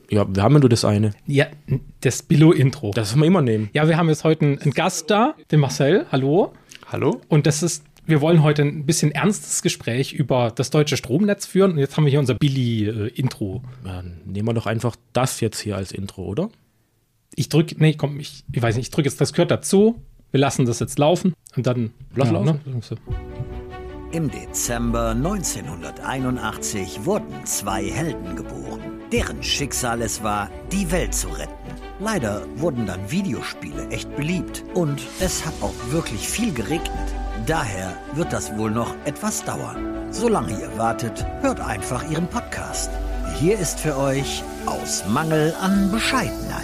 Ja, wir haben ja nur das eine. Ja, das Billo-Intro. Das müssen wir immer nehmen. Ja, wir haben jetzt heute einen Gast da, den Marcel. Hallo. Hallo. Und wir wollen heute ein bisschen ernstes Gespräch über das deutsche Stromnetz führen. Und jetzt haben wir hier unser Billy-Intro. Ja, dann nehmen wir doch einfach das jetzt hier als Intro, oder? Ich drücke jetzt, das gehört dazu. Wir lassen das jetzt laufen und dann Lass laufen. Ne? Im Dezember 1981 wurden zwei Helden geboren, deren Schicksal es war, die Welt zu retten. Leider wurden dann Videospiele echt beliebt und es hat auch wirklich viel geregnet. Daher wird das wohl noch etwas dauern. Solange ihr wartet, hört einfach ihren Podcast. Hier ist für euch Aus Mangel an Bescheidenheit.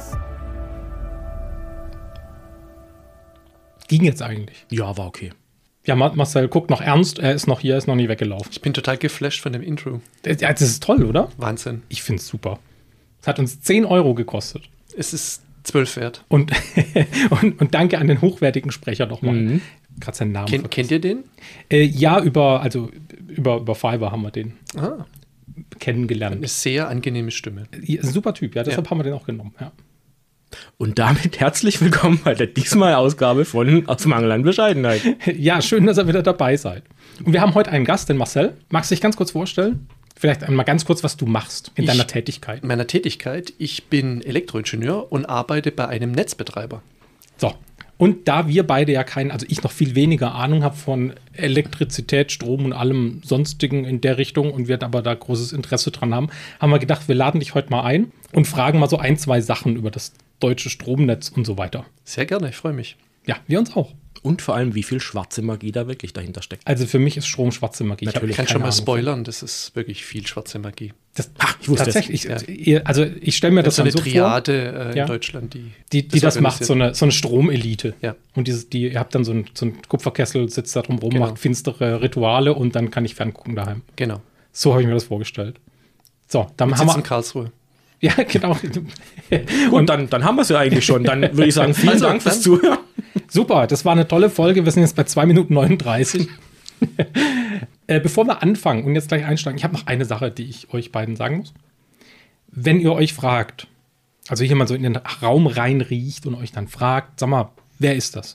Ging jetzt eigentlich. Ja, war okay. Ja, Marcel guckt noch ernst. Er ist noch hier, ist noch nie weggelaufen. Ich bin total geflasht von dem Intro. Das ist toll, oder? Wahnsinn. Ich finde es super. Es hat uns 10 Euro gekostet. Es ist 12 wert. Und danke an den hochwertigen Sprecher nochmal. Gerade seinen Namen. Kennt ihr den? Ja, über Fiverr haben wir den kennengelernt. Eine sehr angenehme Stimme. Ist ein super Typ, ja, deshalb haben wir den auch genommen. Ja. Und damit herzlich willkommen bei der diesmal Ausgabe von Aus Mangel an Bescheidenheit. Ja, schön, dass ihr wieder dabei seid. Und wir haben heute einen Gast, den Marcel. Magst du dich ganz kurz vorstellen? Vielleicht einmal ganz kurz, was du machst in deiner Tätigkeit. In meiner Tätigkeit, ich bin Elektroingenieur und arbeite bei einem Netzbetreiber. So, und da wir beide ja ich noch viel weniger Ahnung habe von Elektrizität, Strom und allem Sonstigen in der Richtung und wir aber da großes Interesse dran haben wir gedacht, wir laden dich heute mal ein und fragen mal so 1, 2 Sachen über das deutsche Stromnetz und so weiter. Sehr gerne, ich freue mich. Ja, wir uns auch. Und vor allem, wie viel schwarze Magie da wirklich dahinter steckt. Also für mich ist Strom schwarze Magie. Ich kann schon mal spoilern, das ist wirklich viel schwarze Magie. Ich wusste tatsächlich. Ich stelle mir das so dann eine so Triade vor, in Deutschland, die das macht, so eine Stromelite. Ja. Und ihr habt dann so einen Kupferkessel, sitzt da drum rum, Genau. macht finstere Rituale und dann kann ich ferngucken daheim. Genau. So habe ich mir das vorgestellt. So, dann haben wir in Karlsruhe. Ja, genau. Und dann haben wir es ja eigentlich schon. Dann würde ich sagen, vielen Dank fürs Zuhören. Super, das war eine tolle Folge. Wir sind jetzt bei 2 Minuten 39. Bevor wir anfangen und jetzt gleich einsteigen, ich habe noch eine Sache, die ich euch beiden sagen muss. Wenn ihr euch fragt, also hier mal so in den Raum reinriecht und euch dann fragt, sag mal, wer ist das?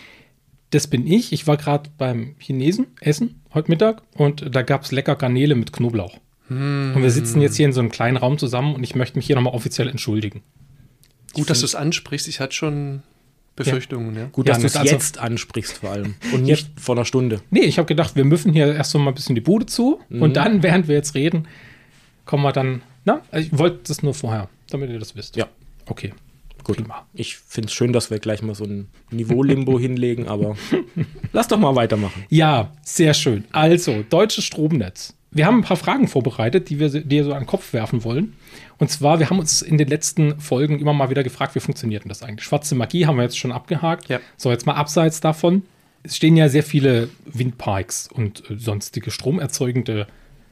Das bin ich. Ich war gerade beim Chinesen essen heute Mittag und da gab es lecker Garnele mit Knoblauch. Und wir sitzen jetzt hier in so einem kleinen Raum zusammen und ich möchte mich hier nochmal offiziell entschuldigen. Gut, dass du es ansprichst. Ich hatte schon Befürchtungen. Ja. Gut, dass du es jetzt ansprichst vor allem und nicht vor einer Stunde. Nee, ich habe gedacht, wir müssen hier erst mal ein bisschen die Bude zu und dann, während wir jetzt reden, kommen wir dann, ich wollte das nur vorher, damit ihr das wisst. Ja. Okay, Gut. Prima. Ich finde es schön, dass wir gleich mal so ein Niveau-Limbo hinlegen, aber lass doch mal weitermachen. Ja, sehr schön. Also, deutsches Stromnetz. Wir haben ein paar Fragen vorbereitet, die wir dir so an den Kopf werfen wollen. Und zwar, wir haben uns in den letzten Folgen immer mal wieder gefragt, wie funktioniert denn das eigentlich? Schwarze Magie haben wir jetzt schon abgehakt. Ja. So, jetzt mal abseits davon. Es stehen ja sehr viele Windparks und sonstige stromerzeugende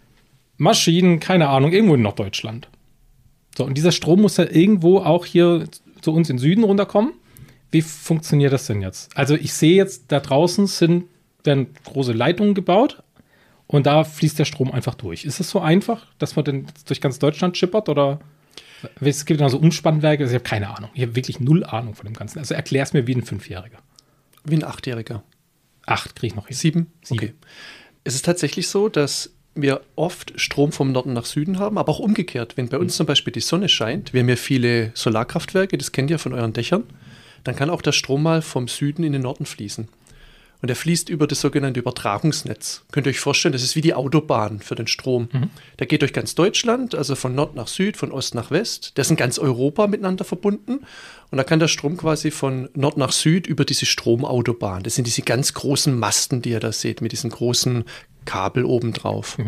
Maschinen, keine Ahnung, irgendwo in Norddeutschland. So, und dieser Strom muss ja irgendwo auch hier zu uns in den Süden runterkommen. Wie funktioniert das denn jetzt? Also ich sehe jetzt, da draußen sind dann große Leitungen gebaut. Und da fließt der Strom einfach durch. Ist es so einfach, dass man den durch ganz Deutschland schippert? Oder es gibt dann so Umspannwerke? Also ich habe keine Ahnung. Ich habe wirklich 0 Ahnung von dem Ganzen. Also erklär es mir wie ein 5-Jähriger. Wie ein 8-Jähriger. 8 kriege ich noch hin. 7? Okay. Es ist tatsächlich so, dass wir oft Strom vom Norden nach Süden haben, aber auch umgekehrt. Wenn bei uns zum Beispiel die Sonne scheint, wir haben ja viele Solarkraftwerke, das kennt ihr von euren Dächern, dann kann auch der Strom mal vom Süden in den Norden fließen. Und er fließt über das sogenannte Übertragungsnetz. Könnt ihr euch vorstellen, das ist wie die Autobahn für den Strom. Der geht durch ganz Deutschland, also von Nord nach Süd, von Ost nach West. Der ist in ganz Europa miteinander verbunden. Und da kann der Strom quasi von Nord nach Süd über diese Stromautobahn. Das sind diese ganz großen Masten, die ihr da seht, mit diesen großen Kabel obendrauf.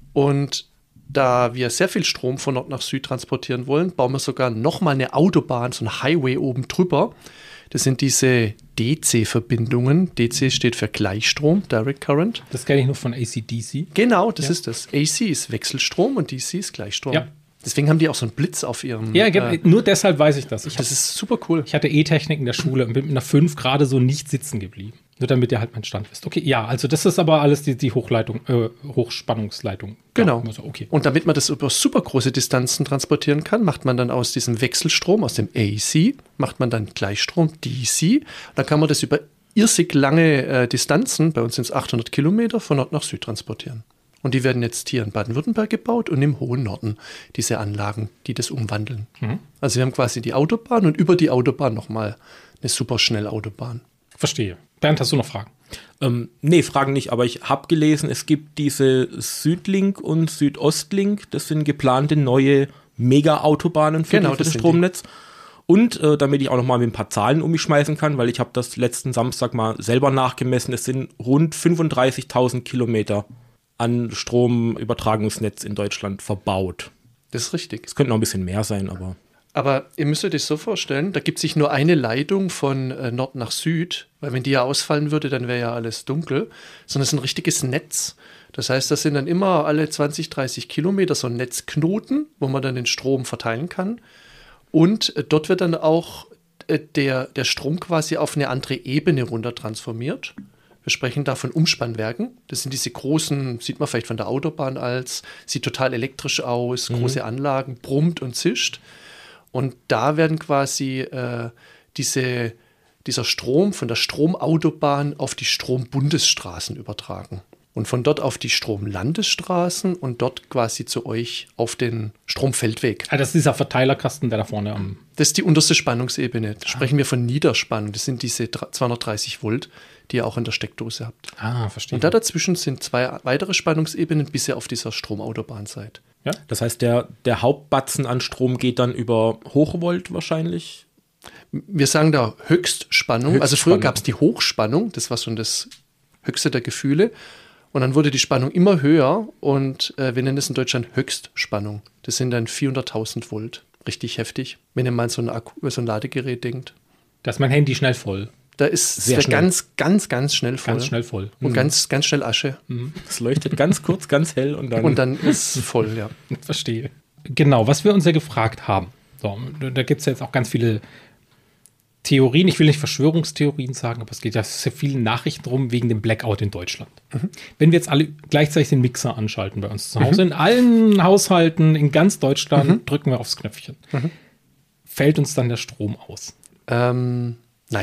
Und da wir sehr viel Strom von Nord nach Süd transportieren wollen, bauen wir sogar nochmal eine Autobahn, so ein Highway oben drüber. Das sind diese DC-Verbindungen. DC steht für Gleichstrom, Direct Current. Das kenne ich nur von AC/DC. Genau, das ist das. AC ist Wechselstrom und DC ist Gleichstrom. Ja. Deswegen haben die auch so einen Blitz auf ihrem... Ja, nur deshalb weiß ich das. Das ist super cool. Ich hatte E-Technik in der Schule und bin mit einer 5 gerade so nicht sitzen geblieben. Nur damit ihr halt meinen Stand wisst. Okay, ja, also das ist aber alles die Hochspannungsleitung. Genau. Ja, also okay. Und damit man das über super große Distanzen transportieren kann, macht man dann aus diesem Wechselstrom, aus dem AC, macht man dann Gleichstrom DC. Dann kann man das über irrsig lange Distanzen, bei uns sind es 800 Kilometer, von Nord nach Süd transportieren. Und die werden jetzt hier in Baden-Württemberg gebaut und im hohen Norden, diese Anlagen, die das umwandeln. Also wir haben quasi die Autobahn und über die Autobahn nochmal eine super Schnellautobahn. Verstehe. Bernd, hast du noch Fragen? Nee, Fragen nicht, aber ich habe gelesen, es gibt diese Südlink und Südostlink, das sind geplante neue Mega-Autobahnen für das Stromnetz. Und damit ich auch noch mal mit ein paar Zahlen um mich schmeißen kann, weil ich habe das letzten Samstag mal selber nachgemessen, es sind rund 35.000 Kilometer an Stromübertragungsnetz in Deutschland verbaut. Das ist richtig. Es könnte noch ein bisschen mehr sein, aber... Aber ihr müsst euch das so vorstellen, da gibt es nicht nur eine Leitung von Nord nach Süd, weil wenn die ja ausfallen würde, dann wäre ja alles dunkel, sondern es ist ein richtiges Netz. Das heißt, das sind dann immer alle 20, 30 Kilometer so Netzknoten, wo man dann den Strom verteilen kann. Und dort wird dann auch der Strom quasi auf eine andere Ebene runter transformiert. Wir sprechen da von Umspannwerken. Das sind diese großen, sieht man vielleicht von der Autobahn als, sieht total elektrisch aus, große Anlagen, brummt und zischt. Und da werden quasi dieser Strom von der Stromautobahn auf die Strombundesstraßen übertragen. Und von dort auf die Stromlandesstraßen und dort quasi zu euch auf den Stromfeldweg. Ah, das ist dieser Verteilerkasten, der da vorne am... Das ist die unterste Spannungsebene. Da sprechen wir von Niederspannung. Das sind diese 230 Volt, die ihr auch in der Steckdose habt. Ah, verstehe. Und da dazwischen sind 2 weitere Spannungsebenen, bis ihr auf dieser Stromautobahn seid. Ja? Das heißt, der Hauptbatzen an Strom geht dann über Hochvolt wahrscheinlich? Wir sagen da Höchstspannung. Also früher gab es die Hochspannung, das war schon das höchste der Gefühle. Und dann wurde die Spannung immer höher und wir nennen es in Deutschland Höchstspannung. Das sind dann 400.000 Volt. Richtig heftig, wenn ihr mal so ein Ladegerät denkt. Da ist mein Handy schnell voll. Da ist es ganz schnell voll. Ganz schnell voll. Und ganz schnell Asche. Es leuchtet ganz kurz, ganz hell und dann... Und dann ist es voll, ja. Verstehe. Genau, was wir uns ja gefragt haben. So, da gibt es ja jetzt auch ganz viele Theorien. Ich will nicht Verschwörungstheorien sagen, aber es geht ja sehr viele Nachrichten drum wegen dem Blackout in Deutschland. Wenn wir jetzt alle gleichzeitig den Mixer anschalten bei uns zu Hause, in allen Haushalten in ganz Deutschland drücken wir aufs Knöpfchen. Fällt uns dann der Strom aus? Nein.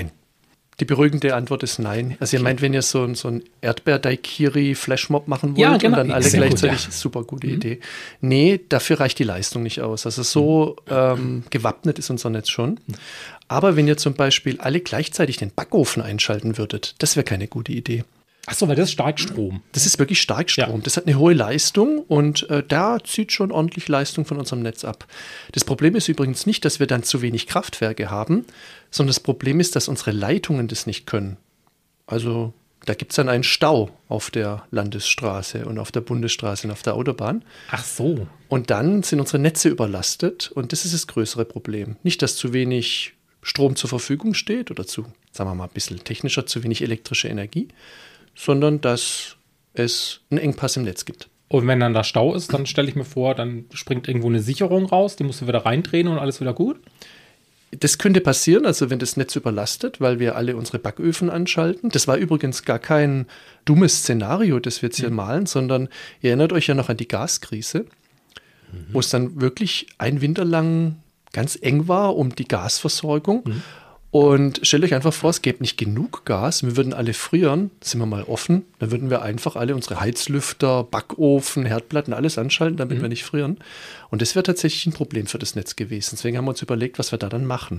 Die beruhigende Antwort ist nein. Also ihr meint, wenn ihr so ein Erdbeer-Daikiri-Flashmob machen wollt, ja, genau, und dann alle sehr gleichzeitig, gut, ja. Super gute Idee. Nee, dafür reicht die Leistung nicht aus. Also so gewappnet ist unser Netz schon. Aber wenn ihr zum Beispiel alle gleichzeitig den Backofen einschalten würdet, das wäre keine gute Idee. Achso, weil das ist Starkstrom. Das ist wirklich Starkstrom. Ja. Das hat eine hohe Leistung und da zieht schon ordentlich Leistung von unserem Netz ab. Das Problem ist übrigens nicht, dass wir dann zu wenig Kraftwerke haben, sondern das Problem ist, dass unsere Leitungen das nicht können. Also da gibt es dann einen Stau auf der Landesstraße und auf der Bundesstraße und auf der Autobahn. Ach so. Und dann sind unsere Netze überlastet und das ist das größere Problem. Nicht, dass zu wenig Strom zur Verfügung steht oder sagen wir mal, ein bisschen technischer, zu wenig elektrische Energie, sondern dass es einen Engpass im Netz gibt. Und wenn dann da Stau ist, dann stelle ich mir vor, dann springt irgendwo eine Sicherung raus, die musst du wieder reindrehen und alles wieder gut? Das könnte passieren, also wenn das Netz überlastet, weil wir alle unsere Backöfen anschalten. Das war übrigens gar kein dummes Szenario, das wir jetzt hier malen, sondern ihr erinnert euch ja noch an die Gaskrise, wo es dann wirklich einen Winter lang ganz eng war um die Gasversorgung. Und stellt euch einfach vor, es gäbe nicht genug Gas, wir würden alle frieren, sind wir mal offen, dann würden wir einfach alle unsere Heizlüfter, Backofen, Herdplatten, alles anschalten, damit wir nicht frieren. Und das wäre tatsächlich ein Problem für das Netz gewesen. Deswegen haben wir uns überlegt, was wir da dann machen.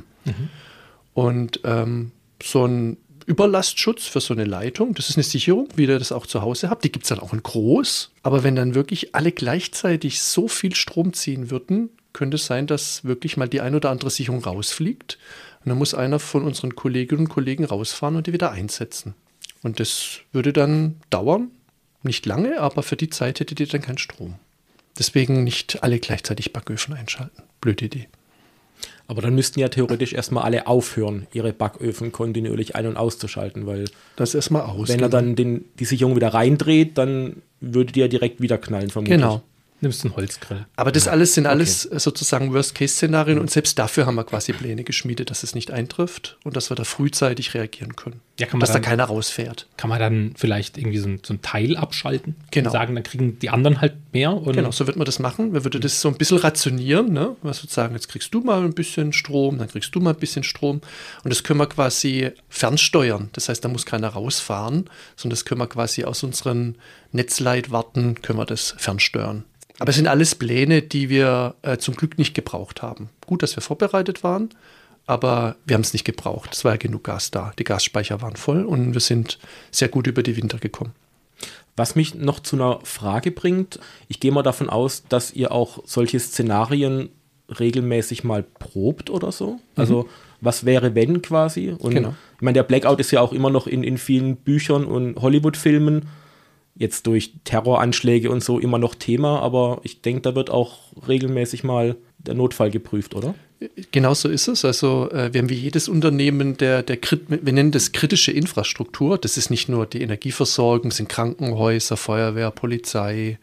Und so ein Überlastschutz für so eine Leitung, das ist eine Sicherung, wie ihr das auch zu Hause habt. Die gibt es dann auch in groß. Aber wenn dann wirklich alle gleichzeitig so viel Strom ziehen würden, könnte es sein, dass wirklich mal die ein oder andere Sicherung rausfliegt. Und dann muss einer von unseren Kolleginnen und Kollegen rausfahren und die wieder einsetzen. Und das würde dann dauern, nicht lange, aber für die Zeit hättet ihr dann keinen Strom. Deswegen nicht alle gleichzeitig Backöfen einschalten. Blöde Idee. Aber dann müssten ja theoretisch erstmal alle aufhören, ihre Backöfen kontinuierlich ein- und auszuschalten, weil Das erstmal aus. wenn er dann die Sicherung wieder reindreht, dann würde die ja direkt wieder knallen vermutlich. Genau. nimmst du einen Holzgrill. Aber das alles sind alles sozusagen Worst-Case-Szenarien und selbst dafür haben wir quasi Pläne geschmiedet, dass es nicht eintrifft und dass wir da frühzeitig reagieren können. Ja, dass da keiner rausfährt. Kann man dann vielleicht irgendwie so ein Teil abschalten? Genau. Und sagen, dann kriegen die anderen halt mehr? Und genau, so wird man das machen. Wir würden das so ein bisschen rationieren. Ne? Was würde sagen, jetzt kriegst du mal ein bisschen Strom, dann kriegst du mal ein bisschen Strom. Und das können wir quasi fernsteuern. Das heißt, da muss keiner rausfahren, sondern das können wir quasi aus unseren Netzleitwarten, können wir das fernsteuern. Aber es sind alles Pläne, die wir zum Glück nicht gebraucht haben. Gut, dass wir vorbereitet waren, aber wir haben es nicht gebraucht. Es war ja genug Gas da. Die Gasspeicher waren voll und wir sind sehr gut über die Winter gekommen. Was mich noch zu einer Frage bringt, ich gehe mal davon aus, dass ihr auch solche Szenarien regelmäßig mal probt oder so. Also was wäre, wenn quasi? Und genau. Ich meine, der Blackout ist ja auch immer noch in vielen Büchern und Hollywood-Filmen jetzt durch Terroranschläge und so immer noch Thema, aber ich denke, da wird auch regelmäßig mal der Notfall geprüft, oder? Genau so ist es. Also wir haben wie jedes Unternehmen, wir nennen das kritische Infrastruktur. Das ist nicht nur die Energieversorgung, das sind Krankenhäuser, Feuerwehr, Polizei.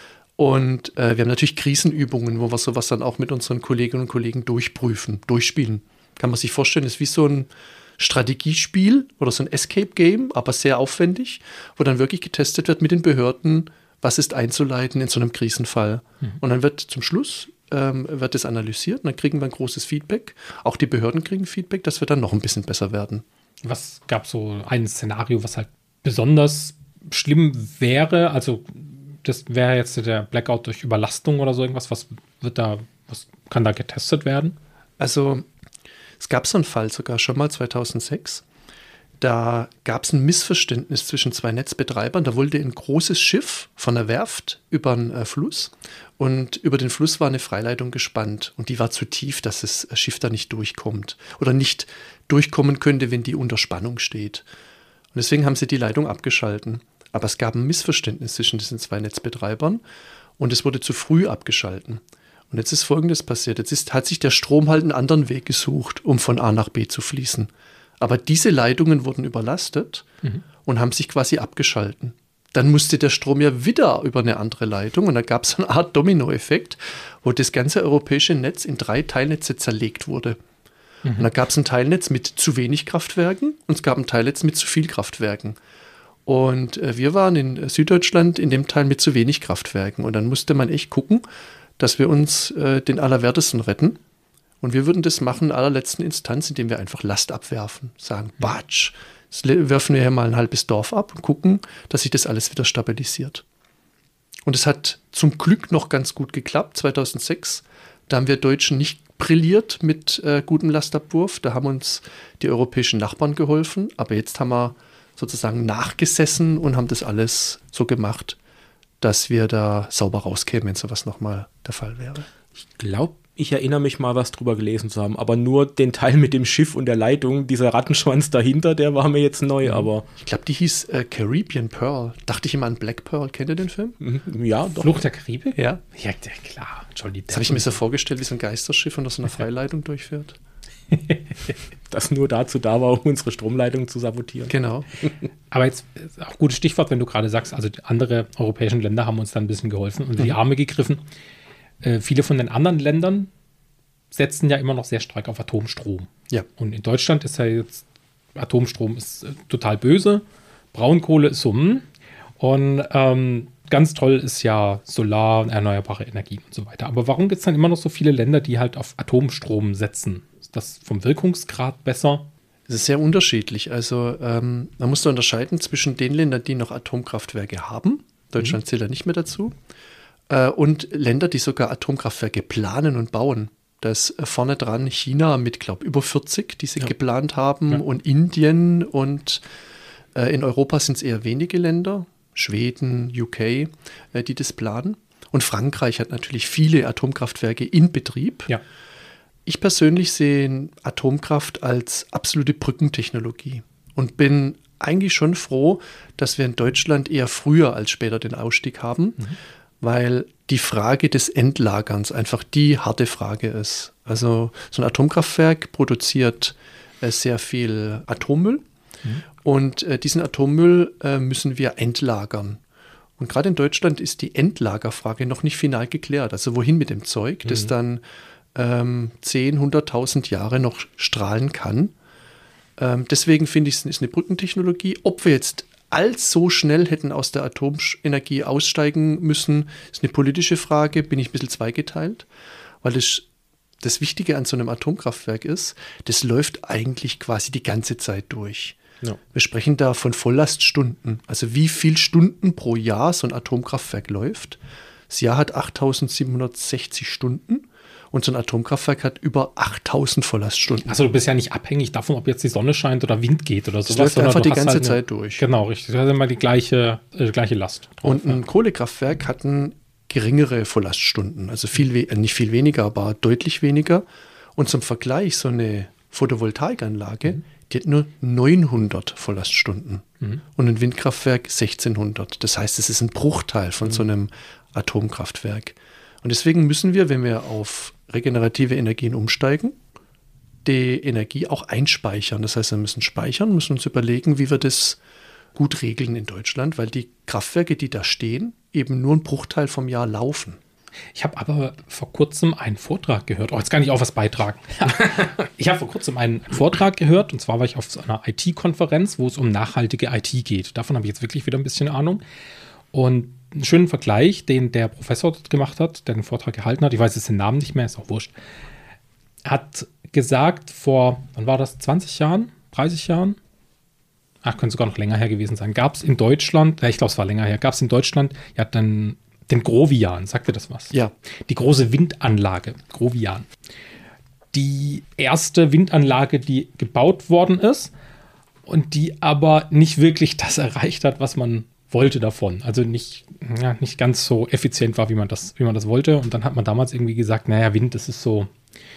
Und wir haben natürlich Krisenübungen, wo wir sowas dann auch mit unseren Kolleginnen und Kollegen durchspielen. Kann man sich vorstellen, das ist wie so ein Strategiespiel oder so ein Escape-Game, aber sehr aufwendig, wo dann wirklich getestet wird mit den Behörden, was ist einzuleiten in so einem Krisenfall. Und dann wird zum Schluss wird das analysiert und dann kriegen wir ein großes Feedback. Auch die Behörden kriegen Feedback, dass wir dann noch ein bisschen besser werden. Was gab so ein Szenario, was halt besonders schlimm wäre? Also das wäre jetzt der Blackout durch Überlastung oder so irgendwas. Was kann da getestet werden? Also es gab so einen Fall sogar schon mal 2006. Da gab es ein Missverständnis zwischen zwei Netzbetreibern. Da wollte ein großes Schiff von der Werft über einen Fluss und über den Fluss war eine Freileitung gespannt und die war zu tief, dass das Schiff da nicht durchkommt oder nicht durchkommen könnte, wenn die unter Spannung steht. Und deswegen haben sie die Leitung abgeschalten. Aber es gab ein Missverständnis zwischen diesen zwei Netzbetreibern und es wurde zu früh abgeschalten. Und jetzt ist Folgendes passiert. Jetzt hat sich der Strom halt einen anderen Weg gesucht, um von A nach B zu fließen. Aber diese Leitungen wurden überlastet und haben sich quasi abgeschalten. Dann musste der Strom ja wieder über eine andere Leitung und da gab es so eine Art Dominoeffekt, wo das ganze europäische Netz in 3 Teilnetze zerlegt wurde. Und da gab es ein Teilnetz mit zu wenig Kraftwerken und es gab ein Teilnetz mit zu viel Kraftwerken. Und wir waren in Süddeutschland in dem Teil mit zu wenig Kraftwerken. Und dann musste man echt gucken, dass wir uns den Allerwertesten retten. Und wir würden das machen in allerletzten Instanz, indem wir einfach Last abwerfen. Sagen, Batsch, jetzt werfen wir hier mal ein halbes Dorf ab und gucken, dass sich das alles wieder stabilisiert. Und es hat zum Glück noch ganz gut geklappt, 2006. Da haben wir Deutschen nicht brilliert mit gutem Lastabwurf. Da haben uns die europäischen Nachbarn geholfen. Aber jetzt haben wir sozusagen nachgesessen und haben das alles so gemacht, dass wir da sauber rauskämen, wenn sowas nochmal der Fall wäre. Ich glaube, ich erinnere mich mal, was drüber gelesen zu haben, aber nur den Teil mit dem Schiff und der Leitung, dieser Rattenschwanz dahinter, der war mir jetzt neu, aber... Ich glaube, die hieß Caribbean Pearl. Dachte ich immer an Black Pearl. Kennt ihr den Film? Ja, doch. Flucht der Karibik? Ja. Ja, klar. Johnny Depp. Das habe ich mir so vorgestellt, wie so ein Geisterschiff unter so einer Freileitung durchfährt. Das nur dazu da war, um unsere Stromleitung zu sabotieren. Genau. Aber jetzt ist auch ein gutes Stichwort, wenn du gerade sagst, also andere europäischen Länder haben uns dann ein bisschen geholfen und in die Arme gegriffen. Viele von den anderen Ländern setzen ja immer noch sehr stark auf Atomstrom. Ja. Und in Deutschland ist ja jetzt, Atomstrom ist total böse, Braunkohle ist so, und ganz toll ist ja Solar und erneuerbare Energien und so weiter. Aber warum gibt es dann immer noch so viele Länder, die halt auf Atomstrom setzen? Ist das vom Wirkungsgrad besser? Es ist sehr unterschiedlich. Also man muss da unterscheiden zwischen den Ländern, die noch Atomkraftwerke haben. Deutschland zählt ja nicht mehr dazu. Und Länder, die sogar Atomkraftwerke planen und bauen. Da ist vorne dran China mit, glaube ich, über 40, die sie geplant haben. Und Indien und in Europa sind es eher wenige Länder. Schweden, UK, die das planen. Und Frankreich hat natürlich viele Atomkraftwerke in Betrieb. Ja. Ich persönlich sehe Atomkraft als absolute Brückentechnologie und bin eigentlich schon froh, dass wir in Deutschland eher früher als später den Ausstieg haben, weil die Frage des Endlagerns einfach die harte Frage ist. Also so ein Atomkraftwerk produziert sehr viel Atommüll und diesen Atommüll müssen wir entlagern. Und gerade in Deutschland ist die Endlagerfrage noch nicht final geklärt. Also wohin mit dem Zeug, das dann 10, 100.000 Jahre noch strahlen kann. Deswegen finde ich, es ist eine Brückentechnologie. Ob wir jetzt allzu schnell hätten aus der Atomenergie aussteigen müssen, ist eine politische Frage, bin ich ein bisschen zweigeteilt. Weil das Wichtige an so einem Atomkraftwerk ist, das läuft eigentlich quasi die ganze Zeit durch. Ja. Wir sprechen da von Volllaststunden. Also wie viele Stunden pro Jahr so ein Atomkraftwerk läuft. Das Jahr hat 8.760 Stunden und so ein Atomkraftwerk hat über 8.000 Volllaststunden. Also du bist ja nicht abhängig davon, ob jetzt die Sonne scheint oder Wind geht oder sowas. Das läuft einfach die ganze Zeit durch. Genau, richtig. Du hast immer die gleiche Last drauf. Und ein Kohlekraftwerk hat geringere Volllaststunden. Also nicht viel weniger, aber deutlich weniger. Und zum Vergleich, so eine Photovoltaikanlage, die hat nur 900 Volllaststunden und ein Windkraftwerk 1600. Das heißt, es ist ein Bruchteil von so einem Atomkraftwerk. Und deswegen müssen wir, wenn wir auf regenerative Energien umsteigen, die Energie auch einspeichern. Das heißt, wir müssen speichern, müssen uns überlegen, wie wir das gut regeln in Deutschland, weil die Kraftwerke, die da stehen, eben nur einen Bruchteil vom Jahr laufen. Ich habe aber vor kurzem einen Vortrag gehört. Oh, jetzt kann ich auch was beitragen. Ich habe vor kurzem einen Vortrag gehört, und zwar war ich auf so einer IT-Konferenz, wo es um nachhaltige IT geht. Davon habe ich jetzt wirklich wieder ein bisschen Ahnung. Und einen schönen Vergleich, den der Professor dort gemacht hat, der den Vortrag gehalten hat, ich weiß jetzt den Namen nicht mehr, ist auch wurscht, hat gesagt, vor, wann war das, 20 Jahren, 30 Jahren? Ach, könnte sogar noch länger her gewesen sein. Gab es in Deutschland, ich glaube, es war länger her, gab es in Deutschland, ja, dann den Grovian, sagt ihr das was? Ja. Die große Windanlage, Grovian. Die erste Windanlage, die gebaut worden ist und die aber nicht wirklich das erreicht hat, was man wollte davon. Also nicht ganz so effizient war, wie man das wollte. Und dann hat man damals irgendwie gesagt, naja, Wind, das ist so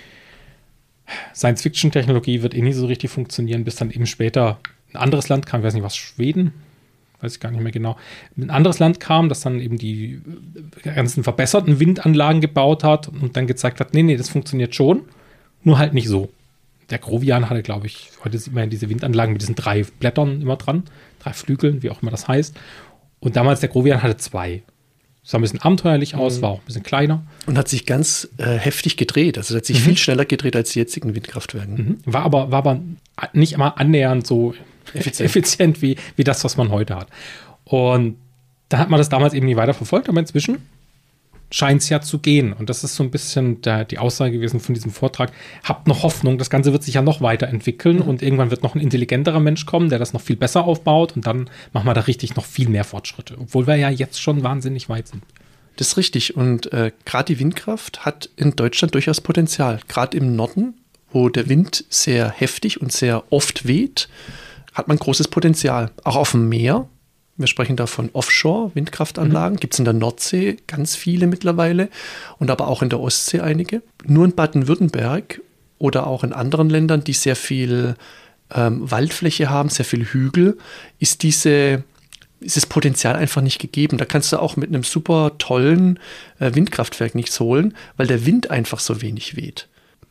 Science-Fiction-Technologie, wird eh nicht so richtig funktionieren, bis dann eben später ein anderes Land kam, ich weiß nicht was, Schweden? Weiß ich gar nicht mehr genau. Ein anderes Land kam, das dann eben die ganzen verbesserten Windanlagen gebaut hat und dann gezeigt hat, nee, das funktioniert schon, nur halt nicht so. Der Grovian hatte, glaube ich, heute sieht man ja diese Windanlagen mit diesen 3 Blättern immer dran, 3 Flügeln, wie auch immer das heißt. Und damals der Grovian hatte 2. Sah ein bisschen abenteuerlich aus, war auch ein bisschen kleiner. Und hat sich ganz heftig gedreht. Also hat sich viel schneller gedreht als die jetzigen Windkraftwerke. War aber nicht mal annähernd so effizient wie das, was man heute hat. Und da hat man das damals eben nie weiter verfolgt, aber inzwischen scheint es ja zu gehen. Und das ist so ein bisschen die Aussage gewesen von diesem Vortrag. Habt noch Hoffnung, das Ganze wird sich ja noch weiterentwickeln und irgendwann wird noch ein intelligenterer Mensch kommen, der das noch viel besser aufbaut und dann machen wir da richtig noch viel mehr Fortschritte. Obwohl wir ja jetzt schon wahnsinnig weit sind. Das ist richtig. Und gerade die Windkraft hat in Deutschland durchaus Potenzial. Gerade im Norden, wo der Wind sehr heftig und sehr oft weht, hat man großes Potenzial. Auch auf dem Meer. Wir sprechen da von Offshore-Windkraftanlagen. Gibt es in der Nordsee ganz viele mittlerweile und aber auch in der Ostsee einige. Nur in Baden-Württemberg oder auch in anderen Ländern, die sehr viel Waldfläche haben, sehr viel Hügel, ist dieses Potenzial einfach nicht gegeben. Da kannst du auch mit einem super tollen Windkraftwerk nichts holen, weil der Wind einfach so wenig weht.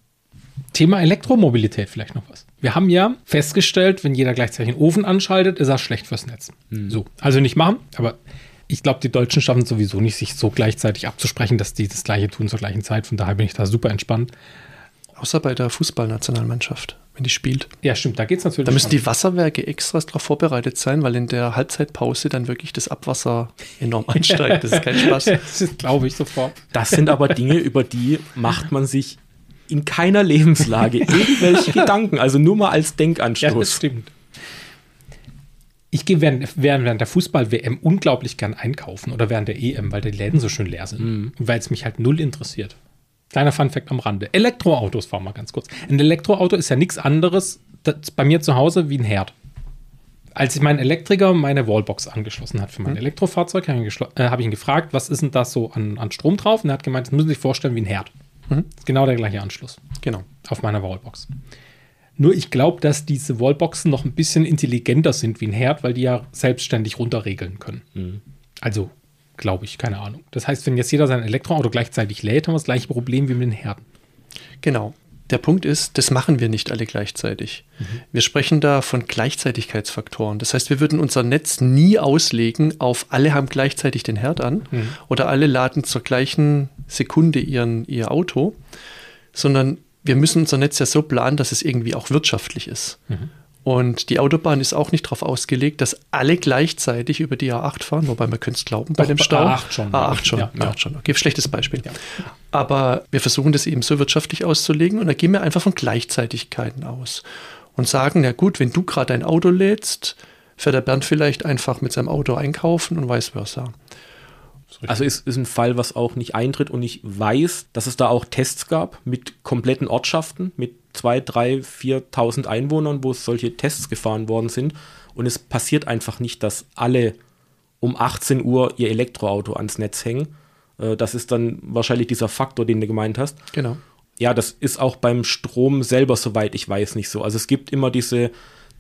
Thema Elektromobilität vielleicht noch was. Wir haben ja festgestellt, wenn jeder gleichzeitig einen Ofen anschaltet, ist er schlecht fürs Netz. So, also nicht machen, aber ich glaube, die Deutschen schaffen es sowieso nicht, sich so gleichzeitig abzusprechen, dass die das Gleiche tun zur gleichen Zeit. Von daher bin ich da super entspannt. Außer bei der Fußballnationalmannschaft, wenn die spielt. Ja, stimmt, da geht es natürlich. Da müssen die Wasserwerke extra darauf vorbereitet sein, weil in der Halbzeitpause dann wirklich das Abwasser enorm ansteigt. Das ist kein Spaß. Das glaube ich sofort. Das sind aber Dinge, über die macht man sich in keiner Lebenslage irgendwelche Gedanken, also nur mal als Denkanstoß. Ja, das stimmt. Ich gehe während der Fußball-WM unglaublich gern einkaufen oder während der EM, weil die Läden so schön leer sind und weil es mich halt null interessiert. Kleiner Funfact am Rande. Elektroautos, fahren wir ganz kurz. Ein Elektroauto ist ja nichts anderes bei mir zu Hause wie ein Herd. Als ich mein Elektriker meine Wallbox angeschlossen hat für mein Elektrofahrzeug, habe ich ihn gefragt, was ist denn da so an Strom drauf? Und er hat gemeint, das müssen Sie sich vorstellen wie ein Herd. Das ist genau der gleiche Anschluss. Genau. Auf meiner Wallbox. Nur ich glaube, dass diese Wallboxen noch ein bisschen intelligenter sind wie ein Herd, weil die ja selbstständig runterregeln können. Also, glaube ich, keine Ahnung. Das heißt, wenn jetzt jeder sein Elektroauto gleichzeitig lädt, haben wir das gleiche Problem wie mit den Herden. Genau. Der Punkt ist, das machen wir nicht alle gleichzeitig. Wir sprechen da von Gleichzeitigkeitsfaktoren. Das heißt, wir würden unser Netz nie auslegen auf alle haben gleichzeitig den Herd an oder alle laden zur gleichen Sekunde ihr Auto, sondern wir müssen unser Netz ja so planen, dass es irgendwie auch wirtschaftlich ist. Und die Autobahn ist auch nicht darauf ausgelegt, dass alle gleichzeitig über die A8 fahren, wobei man könnte es glauben bei dem Stau. A8 schon. A8 schon. Ja. A8 schon. Okay, schlechtes Beispiel. Ja. Aber wir versuchen das eben so wirtschaftlich auszulegen und da gehen wir einfach von Gleichzeitigkeiten aus und sagen, na gut, wenn du gerade dein Auto lädst, fährt der Bernd vielleicht einfach mit seinem Auto einkaufen und vice versa. Also ist ein Fall, was auch nicht eintritt und ich weiß, dass es da auch Tests gab mit kompletten Ortschaften, mit 2.000, 3.000, 4.000 Einwohnern, wo solche Tests gefahren worden sind und es passiert einfach nicht, dass alle um 18 Uhr ihr Elektroauto ans Netz hängen. Das ist dann wahrscheinlich dieser Faktor, den du gemeint hast. Genau. Ja, das ist auch beim Strom selber, soweit ich weiß, nicht so. Also es gibt immer diese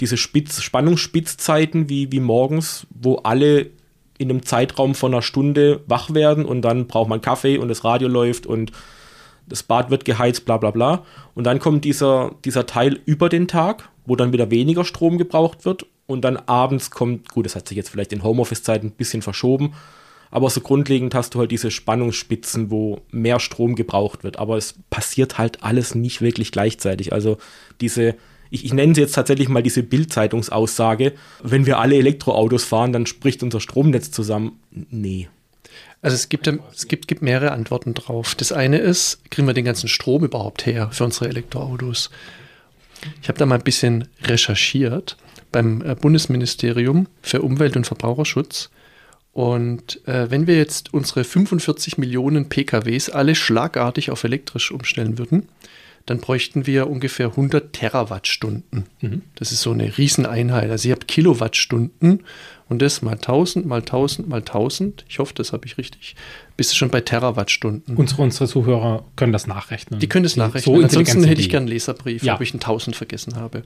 Spannungsspitzzeiten wie morgens, wo alle in einem Zeitraum von einer Stunde wach werden und dann braucht man Kaffee und das Radio läuft und das Bad wird geheizt, bla bla bla. Und dann kommt dieser Teil über den Tag, wo dann wieder weniger Strom gebraucht wird und dann abends kommt, gut, das hat sich jetzt vielleicht in Homeoffice-Zeiten ein bisschen verschoben, aber so grundlegend hast du halt diese Spannungsspitzen, wo mehr Strom gebraucht wird. Aber es passiert halt alles nicht wirklich gleichzeitig. Also ich nenne sie jetzt tatsächlich mal diese Bild-Zeitungsaussage, wenn wir alle Elektroautos fahren, dann spricht unser Stromnetz zusammen. Nee. Also es gibt mehrere Antworten drauf. Das eine ist, kriegen wir den ganzen Strom überhaupt her für unsere Elektroautos? Ich habe da mal ein bisschen recherchiert beim Bundesministerium für Umwelt- und Verbraucherschutz. Und wenn wir jetzt unsere 45 Millionen PKWs alle schlagartig auf elektrisch umstellen würden, dann bräuchten wir ungefähr 100 Terawattstunden. Das ist so eine Rieseneinheit. Also ihr habt Kilowattstunden und das mal 1000, mal 1000, mal 1000. Ich hoffe, das habe ich richtig. Bist du schon bei Terawattstunden. Unsere Zuhörer können das nachrechnen. Die können das nachrechnen. So ansonsten hätte ich gern einen Leserbrief, ob ich einen 1000 vergessen habe.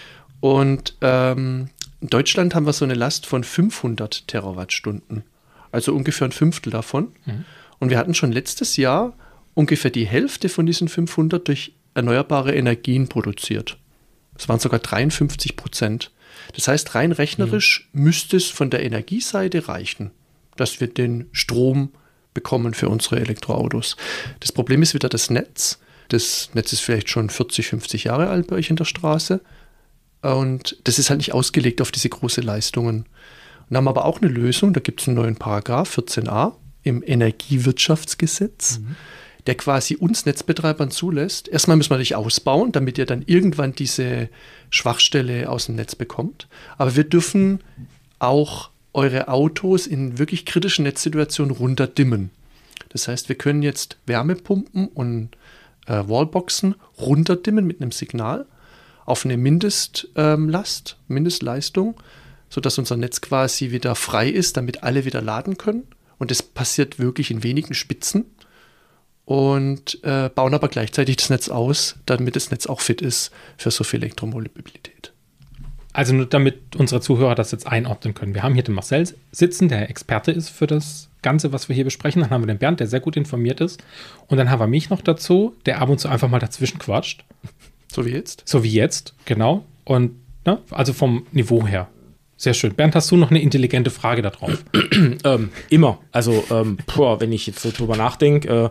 Und in Deutschland haben wir so eine Last von 500 Terawattstunden. Also ungefähr ein Fünftel davon. Und wir hatten schon letztes Jahr ungefähr die Hälfte von diesen 500 durch erneuerbare Energien produziert. Das waren sogar 53%. Das heißt, rein rechnerisch müsste es von der Energieseite reichen, dass wir den Strom bekommen für unsere Elektroautos. Das Problem ist wieder das Netz. Das Netz ist vielleicht schon 40, 50 Jahre alt bei euch in der Straße. Und das ist halt nicht ausgelegt auf diese großen Leistungen. Und haben aber auch eine Lösung, da gibt es einen neuen Paragraph 14a im Energiewirtschaftsgesetz, der quasi uns Netzbetreibern zulässt. Erstmal müssen wir dich ausbauen, damit ihr dann irgendwann diese Schwachstelle aus dem Netz bekommt. Aber wir dürfen auch eure Autos in wirklich kritischen Netzsituationen runterdimmen. Das heißt, wir können jetzt Wärmepumpen und Wallboxen runterdimmen mit einem Signal auf eine Mindestleistung, sodass unser Netz quasi wieder frei ist, damit alle wieder laden können. Und das passiert wirklich in wenigen Spitzen. Und bauen aber gleichzeitig das Netz aus, damit das Netz auch fit ist für so viel Elektromobilität. Also nur damit unsere Zuhörer das jetzt einordnen können. Wir haben hier den Marcel sitzen, der Experte ist für das Ganze, was wir hier besprechen. Dann haben wir den Bernd, der sehr gut informiert ist. Und dann haben wir mich noch dazu, der ab und zu einfach mal dazwischen quatscht. So wie jetzt? So wie jetzt, genau. Und also vom Niveau her. Sehr schön. Bernd, hast du noch eine intelligente Frage da drauf? Immer. Also, wenn ich jetzt so drüber nachdenke,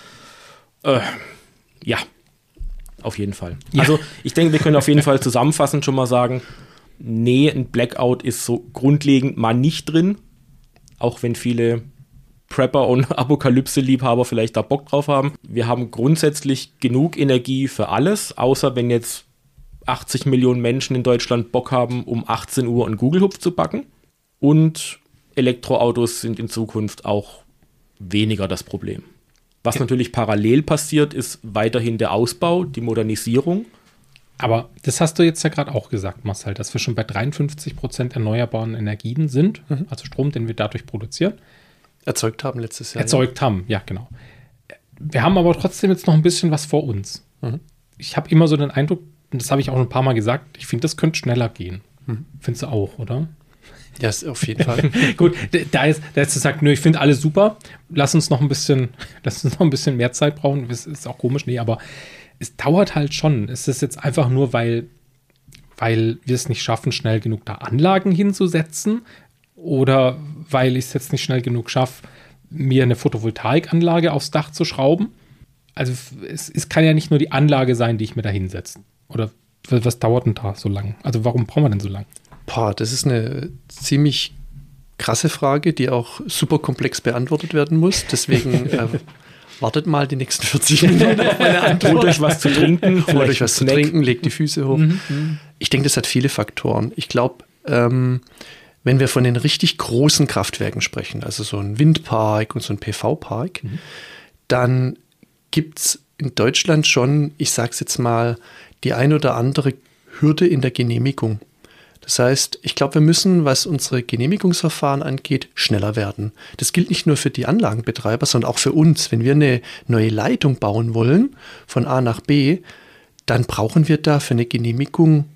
ja, auf jeden Fall. Ja. Also ich denke, wir können auf jeden Fall zusammenfassend schon mal sagen, nee, ein Blackout ist so grundlegend mal nicht drin, auch wenn viele Prepper und Apokalypse-Liebhaber vielleicht da Bock drauf haben. Wir haben grundsätzlich genug Energie für alles, außer wenn jetzt 80 Millionen Menschen in Deutschland Bock haben, um 18 Uhr einen Google-Hupf zu backen. Und Elektroautos sind in Zukunft auch weniger das Problem. Was natürlich parallel passiert, ist weiterhin der Ausbau, die Modernisierung. Aber das hast du jetzt ja gerade auch gesagt, Marcel, dass wir schon bei 53% erneuerbaren Energien sind, also Strom, den wir dadurch produzieren. Erzeugt haben letztes Jahr. Erzeugt haben, ja, genau. Wir haben aber trotzdem jetzt noch ein bisschen was vor uns. Ich habe immer so den Eindruck, und das habe ich auch ein paar Mal gesagt, ich finde, das könnte schneller gehen. Findest du auch, oder? Ja, auf jeden Fall. Gut, da ist gesagt, nö, ich finde alles super. Lass uns noch ein bisschen mehr Zeit brauchen. Das ist auch komisch, nee, aber es dauert halt schon. Es ist jetzt einfach nur, weil wir es nicht schaffen, schnell genug da Anlagen hinzusetzen oder weil ich es jetzt nicht schnell genug schaffe, mir eine Photovoltaikanlage aufs Dach zu schrauben. Also es kann ja nicht nur die Anlage sein, die ich mir da hinsetze. Oder was dauert denn da so lang? Also warum brauchen wir denn so lang? Das ist eine ziemlich krasse Frage, die auch super komplex beantwortet werden muss. Deswegen wartet mal die nächsten 40 Minuten auf meine Antwort. Holt euch was zu trinken. Holt euch was zu trinken, legt die Füße hoch. Ich denke, das hat viele Faktoren. Ich glaube, wenn wir von den richtig großen Kraftwerken sprechen, also so ein Windpark und so ein PV-Park, dann gibt es in Deutschland schon, ich sage es jetzt mal, die ein oder andere Hürde in der Genehmigung. Das heißt, ich glaube, wir müssen, was unsere Genehmigungsverfahren angeht, schneller werden. Das gilt nicht nur für die Anlagenbetreiber, sondern auch für uns. Wenn wir eine neue Leitung bauen wollen, von A nach B, dann brauchen wir da für eine Genehmigung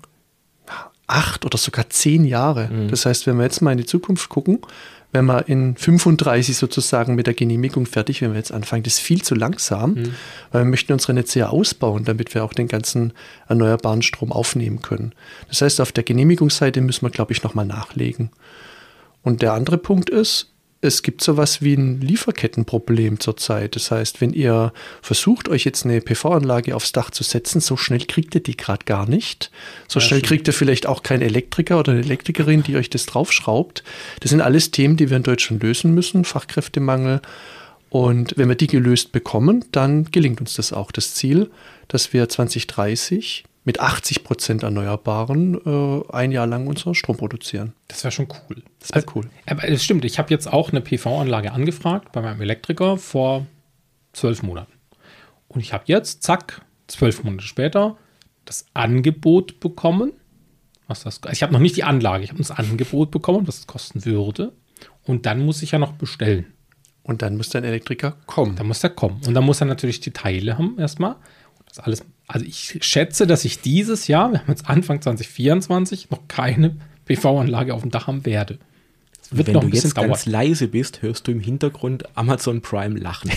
8 oder sogar 10 Jahre. Das heißt, wenn wir jetzt mal in die Zukunft gucken, wenn wir in 35 sozusagen mit der Genehmigung fertig, wenn wir jetzt anfangen, das ist viel zu langsam, weil wir möchten unsere Netze ja ausbauen, damit wir auch den ganzen erneuerbaren Strom aufnehmen können. Das heißt, auf der Genehmigungsseite müssen wir, glaube ich, nochmal nachlegen. Und der andere Punkt ist, es gibt sowas wie ein Lieferkettenproblem zurzeit. Das heißt, wenn ihr versucht, euch jetzt eine PV-Anlage aufs Dach zu setzen, so schnell kriegt ihr die gerade gar nicht. So schnell kriegt ihr vielleicht auch keinen Elektriker oder eine Elektrikerin, die euch das draufschraubt. Das sind alles Themen, die wir in Deutschland lösen müssen, Fachkräftemangel. Und wenn wir die gelöst bekommen, dann gelingt uns das auch. Das Ziel, dass wir 2030 mit 80% Erneuerbaren ein Jahr lang unseren Strom produzieren. Das wäre schon cool. Das wäre cool. Aber es stimmt, ich habe jetzt auch eine PV-Anlage angefragt bei meinem Elektriker vor 12 Monaten. Und ich habe jetzt, zack, 12 Monate später, das Angebot bekommen. Ich habe noch nicht die Anlage, ich habe das Angebot bekommen, was es kosten würde. Und dann muss ich ja noch bestellen. Und dann muss dein Elektriker kommen. Dann muss er kommen. Und dann muss er natürlich die Teile haben erstmal. Das alles. Also ich schätze, dass ich dieses Jahr, wir haben jetzt Anfang 2024, noch keine PV-Anlage auf dem Dach haben werde. Das wird noch ein bisschen dauern. Wenn du jetzt ganz leise bist, hörst du im Hintergrund Amazon Prime lachen.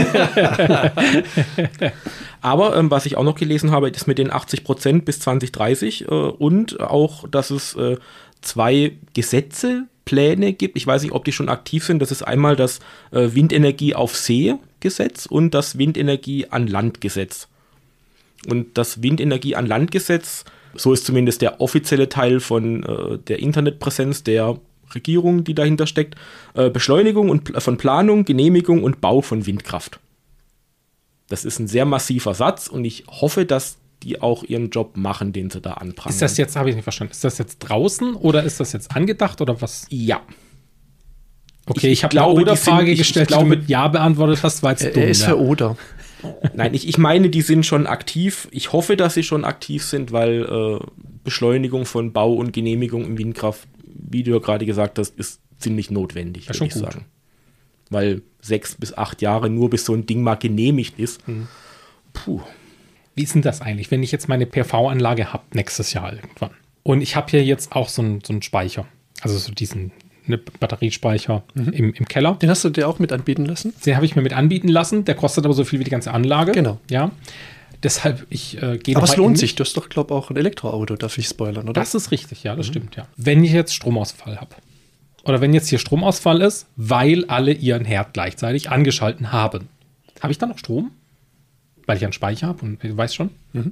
Aber was ich auch noch gelesen habe, ist mit den 80% bis 2030 und auch, dass es 2 Pläne gibt. Ich weiß nicht, ob die schon aktiv sind. Das ist einmal das Windenergie auf See-Gesetz und das Windenergie an Land-Gesetz. Und das Windenergie an Land-Gesetz, so ist zumindest der offizielle Teil von der Internetpräsenz der Regierung, die dahinter steckt, Beschleunigung von Planung, Genehmigung und Bau von Windkraft. Das ist ein sehr massiver Satz und ich hoffe, dass die auch ihren Job machen, den sie da anprangern. Ist das jetzt, habe ich nicht verstanden, ist das jetzt draußen oder ist das jetzt angedacht oder was? Ja. Okay, ich habe eine Oder-Frage gestellt, die du mit Ja beantwortet hast, war jetzt dumm. Er ist für Oder. Nein, ich meine, die sind schon aktiv. Ich hoffe, dass sie schon aktiv sind, weil Beschleunigung von Bau und Genehmigung im Windkraft, wie du ja gerade gesagt hast, ist ziemlich notwendig, würde ich sagen. Weil 6 bis 8 Jahre nur bis so ein Ding mal genehmigt ist. Puh. Wie ist denn das eigentlich, wenn ich jetzt meine PV-Anlage habe, nächstes Jahr irgendwann? Und ich habe hier jetzt auch so einen Speicher, also so diesen Batteriespeicher im Keller. Den hast du dir auch mit anbieten lassen? Den habe ich mir mit anbieten lassen. Der kostet aber so viel wie die ganze Anlage. Genau. Ja. Deshalb, ich gehe Aber es lohnt sich. Du hast doch, glaube ich, auch ein Elektroauto, darf ich spoilern, oder? Das ist richtig, ja, das stimmt, ja. Wenn ich jetzt Stromausfall habe, oder wenn jetzt hier Stromausfall ist, weil alle ihren Herd gleichzeitig angeschalten haben, habe ich dann noch Strom? Weil ich einen Speicher habe und du weißt schon?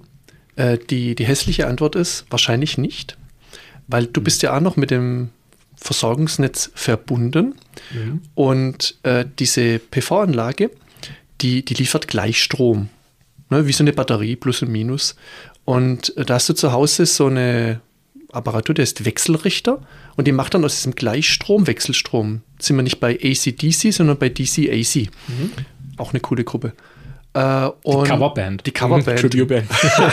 Die hässliche Antwort ist wahrscheinlich nicht, weil du bist ja auch noch mit dem Versorgungsnetz verbunden und diese PV-Anlage, die liefert Gleichstrom, ne, wie so eine Batterie, Plus und Minus. Und da hast du zu Hause so eine Apparatur, der ist Wechselrichter und die macht dann aus diesem Gleichstrom Wechselstrom. Jetzt sind wir nicht bei AC-DC, sondern bei DC-AC. Auch eine coole Gruppe. Und die Coverband. Die Coverband. Tribute-Band.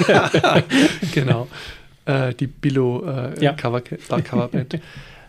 Genau. Die Billo Coverband.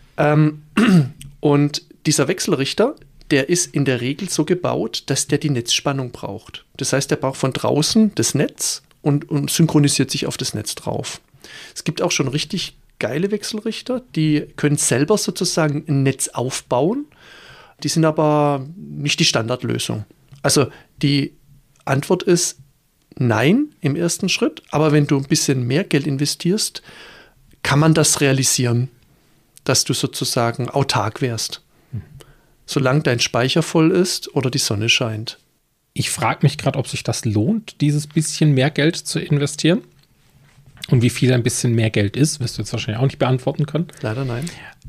Und dieser Wechselrichter, der ist in der Regel so gebaut, dass der die Netzspannung braucht. Das heißt, der braucht von draußen das Netz und synchronisiert sich auf das Netz drauf. Es gibt auch schon richtig geile Wechselrichter, die können selber sozusagen ein Netz aufbauen. Die sind aber nicht die Standardlösung. Also die Antwort ist nein im ersten Schritt, aber wenn du ein bisschen mehr Geld investierst, kann man das realisieren, dass du sozusagen autark wärst. Solange dein Speicher voll ist oder die Sonne scheint. Ich frage mich gerade, ob sich das lohnt, dieses bisschen mehr Geld zu investieren. Und wie viel ein bisschen mehr Geld ist, wirst du jetzt wahrscheinlich auch nicht beantworten können. Leider nein.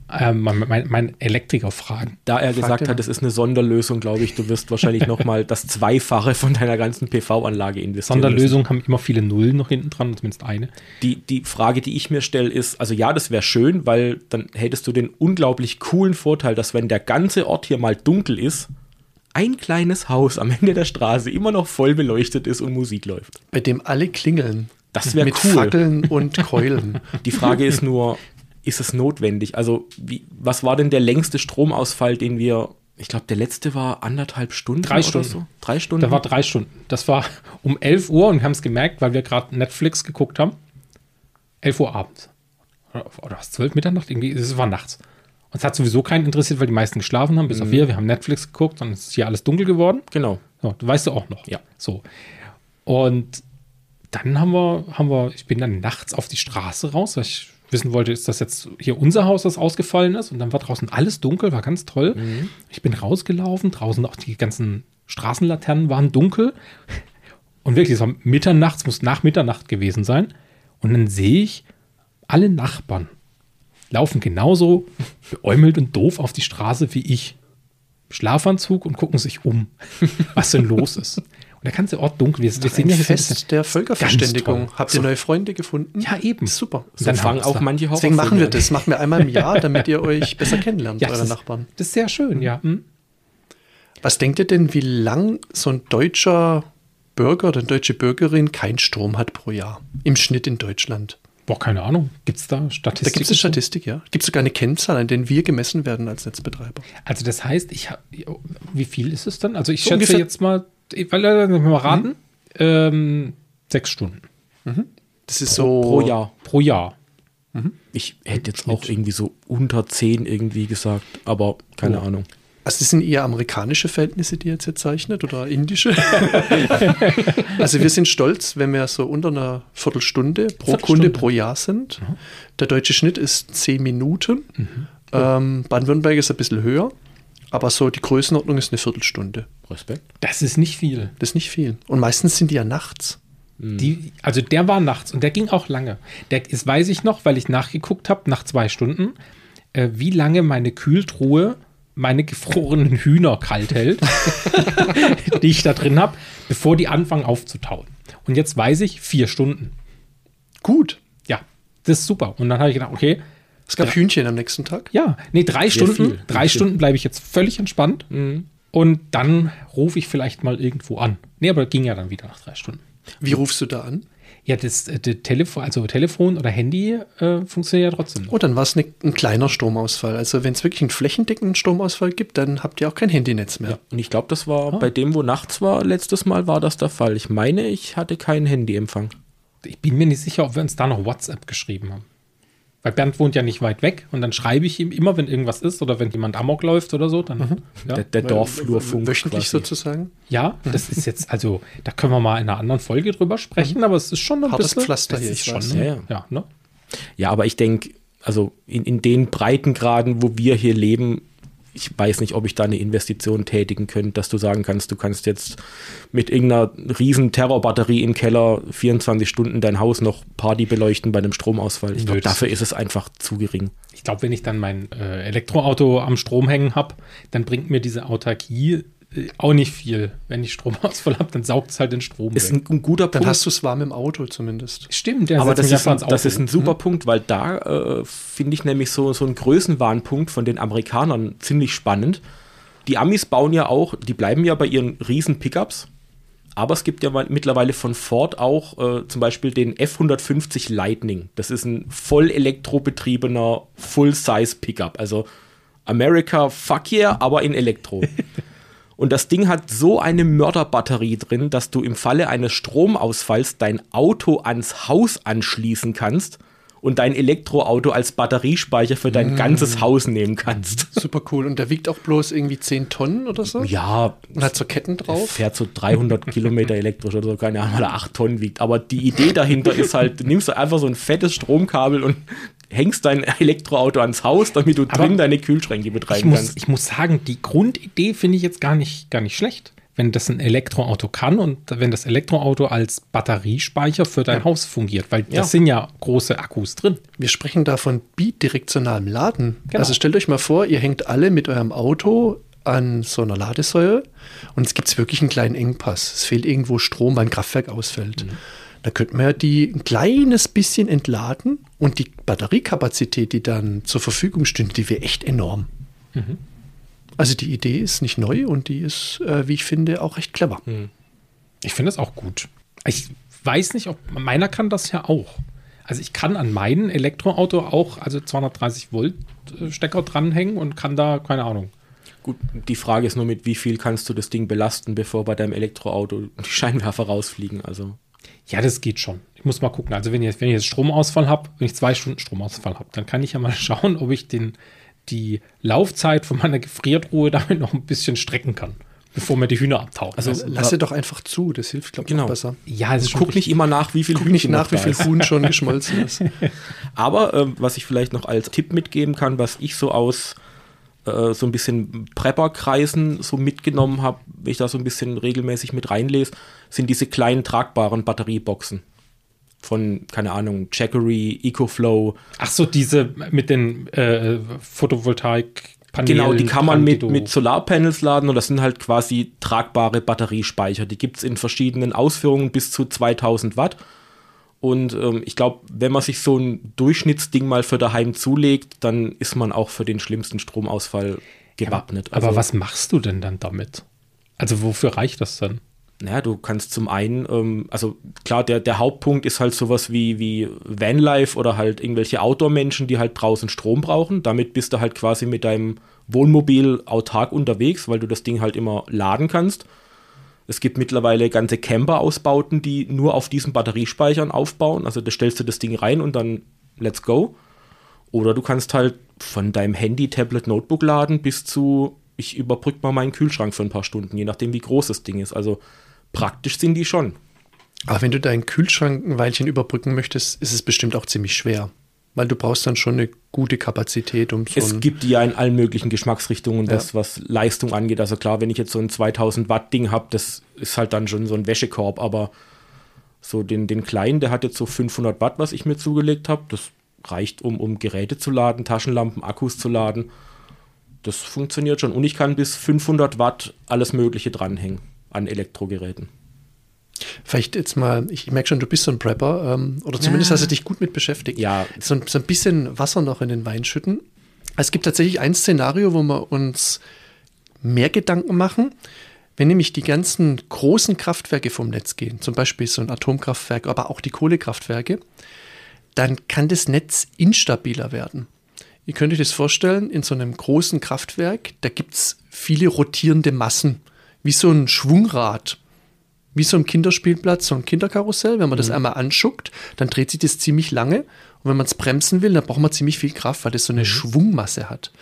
Mein Elektriker fragen. Da er gesagt hat, es ist eine Sonderlösung, glaube ich, du wirst wahrscheinlich nochmal das Zweifache von deiner ganzen PV-Anlage investieren. Sonderlösungen haben immer viele Nullen noch hinten dran, zumindest eine. Die Frage, die ich mir stelle, ist, also ja, das wäre schön, weil dann hättest du den unglaublich coolen Vorteil, dass wenn der ganze Ort hier mal dunkel ist, ein kleines Haus am Ende der Straße immer noch voll beleuchtet ist und Musik läuft. Bei dem alle klingeln. Das wäre cool. Mit Fackeln und Keulen. Die Frage ist nur, ist es notwendig? Also, was war denn der längste Stromausfall, den wir, ich glaube, der letzte war 1,5 Stunden? 3 Stunden. So? 3 Stunden? Da war 3 Stunden. Das war um 11 Uhr und wir haben es gemerkt, weil wir gerade Netflix geguckt haben. 11 Uhr abends. Oder was, 12 Mitternacht? Irgendwie, es war nachts. Uns hat sowieso keinen interessiert, weil die meisten geschlafen haben, bis auf wir. Wir haben Netflix geguckt, dann ist hier alles dunkel geworden. Genau. So, du weißt du auch noch. Ja. So. Und dann haben wir, ich bin dann nachts auf die Straße raus, weil ich wissen wollte, ist das jetzt hier unser Haus, das ausgefallen ist? Und dann war draußen alles dunkel, war ganz toll. Ich bin rausgelaufen, draußen auch die ganzen Straßenlaternen waren dunkel. Und wirklich, es war mitternachts, muss nach Mitternacht gewesen sein. Und dann sehe ich, alle Nachbarn laufen genauso beäumelt und doof auf die Straße wie ich. Schlafanzug und gucken sich um, was denn los ist. Und der ganze Ort dunkel. Wir sehen ja Fest der Völkerverständigung. Habt ihr neue Freunde gefunden? Ja, eben. Super. So dann fangen auch manche Horrorfilme. Deswegen machen wir das. Machen wir einmal im Jahr, damit ihr euch besser kennenlernt, eure Nachbarn. Das ist sehr schön, ja. Was denkt ihr denn, wie lang so ein deutscher Bürger oder eine deutsche Bürgerin keinen Strom hat pro Jahr? Im Schnitt in Deutschland? Boah, keine Ahnung. Gibt es da Statistiken? Da gibt es eine Statistik, ja. Gibt es sogar eine Kennzahl, an der wir gemessen werden als Netzbetreiber. Also das heißt, wie viel ist es dann? Also ich schätze jetzt mal, mal raten, 6 Stunden. Das ist pro Jahr. Pro Jahr. Ich hätte jetzt auch irgendwie so unter 10 irgendwie gesagt, aber keine Ahnung. Also das sind eher amerikanische Verhältnisse, die ihr jetzt zeichnet, oder indische? Also wir sind stolz, wenn wir so unter einer Viertelstunde pro Kunde pro Jahr sind. Der deutsche Schnitt ist 10 Minuten. Baden-Württemberg ist ein bisschen höher, aber so die Größenordnung ist eine Viertelstunde. Respekt. Das ist nicht viel. Das ist nicht viel. Und meistens sind die ja nachts. Also der war nachts und der ging auch lange. Das weiß ich noch, weil ich nachgeguckt habe, nach 2 Stunden, wie lange meine Kühltruhe meine gefrorenen Hühner kalt hält, die ich da drin habe, bevor die anfangen aufzutauen. Und jetzt weiß ich 4 Stunden. Gut. Ja, das ist super. Und dann habe ich gedacht, okay. Es gab Hühnchen am nächsten Tag? Ja, nee, 3 Stunden. 3 Stunden bleibe ich jetzt völlig entspannt. Und dann rufe ich vielleicht mal irgendwo an. Nee, aber ging ja dann wieder nach 3 Stunden. Wie rufst du da an? Ja, das Telefon oder Handy funktioniert ja trotzdem noch. Oh, dann war es ein kleiner Stromausfall. Also wenn es wirklich einen flächendeckenden Stromausfall gibt, dann habt ihr auch kein Handynetz mehr. Ja, und ich glaube, das war bei dem, wo nachts war, letztes Mal war das der Fall. Ich meine, ich hatte keinen Handyempfang. Ich bin mir nicht sicher, ob wir uns da noch WhatsApp geschrieben haben. Weil Bernd wohnt ja nicht weit weg und dann schreibe ich ihm immer, wenn irgendwas ist oder wenn jemand Amok läuft oder so. Dann, der Dorfflurfunk. Wöchentlich sozusagen? Ja, das ist jetzt, also da können wir mal in einer anderen Folge drüber sprechen, aber es ist schon ein hartes bisschen. Pflaster hier. Ist schon, ne? Ja, aber ich denke, also in den Breitengraden, wo wir hier leben, ich weiß nicht, ob ich da eine Investition tätigen könnte, dass du sagen kannst, du kannst jetzt mit irgendeiner riesen Terrorbatterie im Keller 24 Stunden dein Haus noch Party beleuchten bei einem Stromausfall. Ich glaube, dafür ist es einfach zu gering. Ich glaube, wenn ich dann mein Elektroauto am Strom hängen habe, dann bringt mir diese Autarkie auch nicht viel. Wenn ich Stromausfall habe, dann saugt es halt den Strom ist weg. Ein guter Punkt. Dann hast du es warm im Auto zumindest. Stimmt, aber das ist ein super Punkt, weil da finde ich nämlich so einen Größenwahnpunkt von den Amerikanern ziemlich spannend. Die Amis bauen ja auch, die bleiben ja bei ihren riesen Pickups, aber es gibt ja mittlerweile von Ford auch zum Beispiel den F-150 Lightning. Das ist ein voll elektrobetriebener Full-Size-Pickup. Also America, fuck yeah, aber in Elektro. Und das Ding hat so eine Mörderbatterie drin, dass du im Falle eines Stromausfalls dein Auto ans Haus anschließen kannst und dein Elektroauto als Batteriespeicher für dein ganzes Haus nehmen kannst. Super cool. Und der wiegt auch bloß irgendwie 10 Tonnen oder so? Ja. Und hat so Ketten drauf? Fährt so 300 Kilometer elektrisch oder so, keine Ahnung, oder 8 Tonnen wiegt. Aber die Idee dahinter ist halt, du nimmst einfach so ein fettes Stromkabel und hängst dein Elektroauto ans Haus, damit du drin deine Kühlschränke betreiben kannst. Ich muss sagen, die Grundidee finde ich jetzt gar nicht schlecht. Wenn das ein Elektroauto kann und wenn das Elektroauto als Batteriespeicher für dein Haus fungiert, weil das sind ja große Akkus drin. Wir sprechen da von bidirektionalem Laden. Genau. Also stellt euch mal vor, ihr hängt alle mit eurem Auto an so einer Ladesäule und es gibt wirklich einen kleinen Engpass. Es fehlt irgendwo Strom, weil ein Kraftwerk ausfällt. Da könnte man ja die ein kleines bisschen entladen und die Batteriekapazität, die dann zur Verfügung stünde, die wäre echt enorm. Also die Idee ist nicht neu und die ist, wie ich finde, auch recht clever. Ich finde das auch gut. Ich weiß nicht, ob meiner kann das ja auch. Also ich kann an meinem Elektroauto auch 230 Volt Stecker dranhängen und kann da, keine Ahnung. Gut, die Frage ist nur, mit wie viel kannst du das Ding belasten, bevor bei deinem Elektroauto die Scheinwerfer rausfliegen, also. Ja, das geht schon. Ich muss mal gucken. Also wenn ich jetzt Stromausfall habe, wenn ich 2 Stunden Stromausfall habe, dann kann ich ja mal schauen, ob ich die Laufzeit von meiner Gefriertruhe damit noch ein bisschen strecken kann, bevor mir die Hühner abtauchen. Also lasse doch einfach zu, das hilft, glaube ich, auch besser. Ja, es ist guck nicht immer nach, wie viel Huhn schon geschmolzen ist. Aber was ich vielleicht noch als Tipp mitgeben kann, was ich so aus so ein bisschen Prepper-Kreisen so mitgenommen habe, wenn ich da so ein bisschen regelmäßig mit reinlese, sind diese kleinen tragbaren Batterieboxen. Von, keine Ahnung, Jackery, EcoFlow. Ach so, diese mit den Photovoltaik-Panelen. Genau, die kann man mit Solarpanels laden und das sind halt quasi tragbare Batteriespeicher. Die gibt es in verschiedenen Ausführungen bis zu 2000 Watt. Und ich glaube, wenn man sich so ein Durchschnittsding mal für daheim zulegt, dann ist man auch für den schlimmsten Stromausfall gewappnet. Aber was machst du denn dann damit? Also wofür reicht das dann? Naja, du kannst zum einen, also klar, der Hauptpunkt ist halt sowas wie Vanlife oder halt irgendwelche Outdoor-Menschen, die halt draußen Strom brauchen. Damit bist du halt quasi mit deinem Wohnmobil autark unterwegs, weil du das Ding halt immer laden kannst. Es gibt mittlerweile ganze Camper-Ausbauten, die nur auf diesen Batteriespeichern aufbauen. Also da stellst du das Ding rein und dann let's go. Oder du kannst halt von deinem Handy, Tablet, Notebook laden bis zu, ich überbrücke mal meinen Kühlschrank für ein paar Stunden, je nachdem wie groß das Ding ist. Also praktisch sind die schon. Aber wenn du deinen Kühlschrank ein Weilchen überbrücken möchtest, ist es bestimmt auch ziemlich schwer. Weil du brauchst dann schon eine gute Kapazität, um so Es gibt die ja in allen möglichen Geschmacksrichtungen, was Leistung angeht. Also klar, wenn ich jetzt so ein 2000 Watt Ding habe, das ist halt dann schon so ein Wäschekorb. Aber so den kleinen, der hat jetzt so 500 Watt, was ich mir zugelegt habe. Das reicht, um Geräte zu laden, Taschenlampen, Akkus zu laden. Das funktioniert schon. Und ich kann bis 500 Watt alles Mögliche dranhängen an Elektrogeräten. Vielleicht jetzt mal, ich merke schon, du bist so ein Prepper, oder zumindest hast du dich gut mit beschäftigt. Ja. So ein bisschen Wasser noch in den Wein schütten. Es gibt tatsächlich ein Szenario, wo wir uns mehr Gedanken machen, wenn nämlich die ganzen großen Kraftwerke vom Netz gehen, zum Beispiel so ein Atomkraftwerk, aber auch die Kohlekraftwerke, dann kann das Netz instabiler werden. Ihr könnt euch das vorstellen, in so einem großen Kraftwerk, da gibt es viele rotierende Massen, wie so ein Schwungrad. Wie so ein Kinderspielplatz, so ein Kinderkarussell. Wenn man das einmal anschuckt, dann dreht sich das ziemlich lange. Und wenn man es bremsen will, dann braucht man ziemlich viel Kraft, weil das so eine Schwungmasse hat.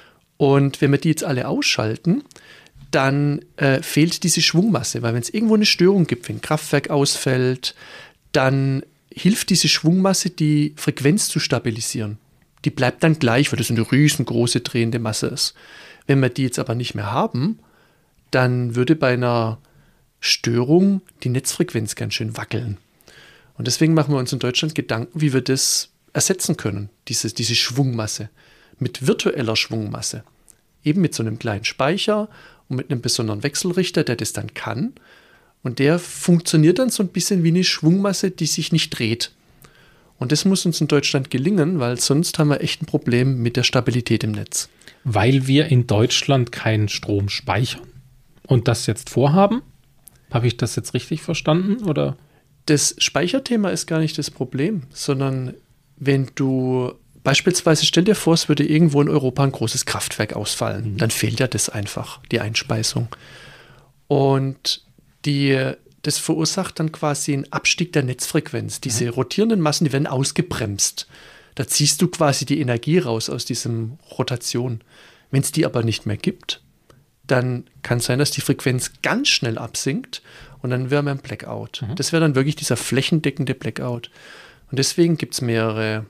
Und wenn wir die jetzt alle ausschalten, dann fehlt diese Schwungmasse. Weil wenn es irgendwo eine Störung gibt, wenn ein Kraftwerk ausfällt, dann hilft diese Schwungmasse, die Frequenz zu stabilisieren. Die bleibt dann gleich, weil das eine riesengroße drehende Masse ist. Wenn wir die jetzt aber nicht mehr haben, dann würde bei einer Störung die Netzfrequenz ganz schön wackeln. Und deswegen machen wir uns in Deutschland Gedanken, wie wir das ersetzen können, diese Schwungmasse, mit virtueller Schwungmasse. Eben mit so einem kleinen Speicher und mit einem besonderen Wechselrichter, der das dann kann. Und der funktioniert dann so ein bisschen wie eine Schwungmasse, die sich nicht dreht. Und das muss uns in Deutschland gelingen, weil sonst haben wir echt ein Problem mit der Stabilität im Netz. Weil wir in Deutschland keinen Strom speichern und das jetzt vorhaben? Habe ich das jetzt richtig verstanden, oder? Das Speicherthema ist gar nicht das Problem, sondern wenn du beispielsweise, stell dir vor, es würde irgendwo in Europa ein großes Kraftwerk ausfallen, dann fehlt ja das einfach, die Einspeisung. Und die das verursacht dann quasi einen Abstieg der Netzfrequenz. Diese rotierenden Massen, die werden ausgebremst. Da ziehst du quasi die Energie raus aus diesem Rotation. Wenn es die aber nicht mehr gibt, dann kann es sein, dass die Frequenz ganz schnell absinkt und dann wären wir im Blackout. Das wäre dann wirklich dieser flächendeckende Blackout. Und deswegen gibt es mehrere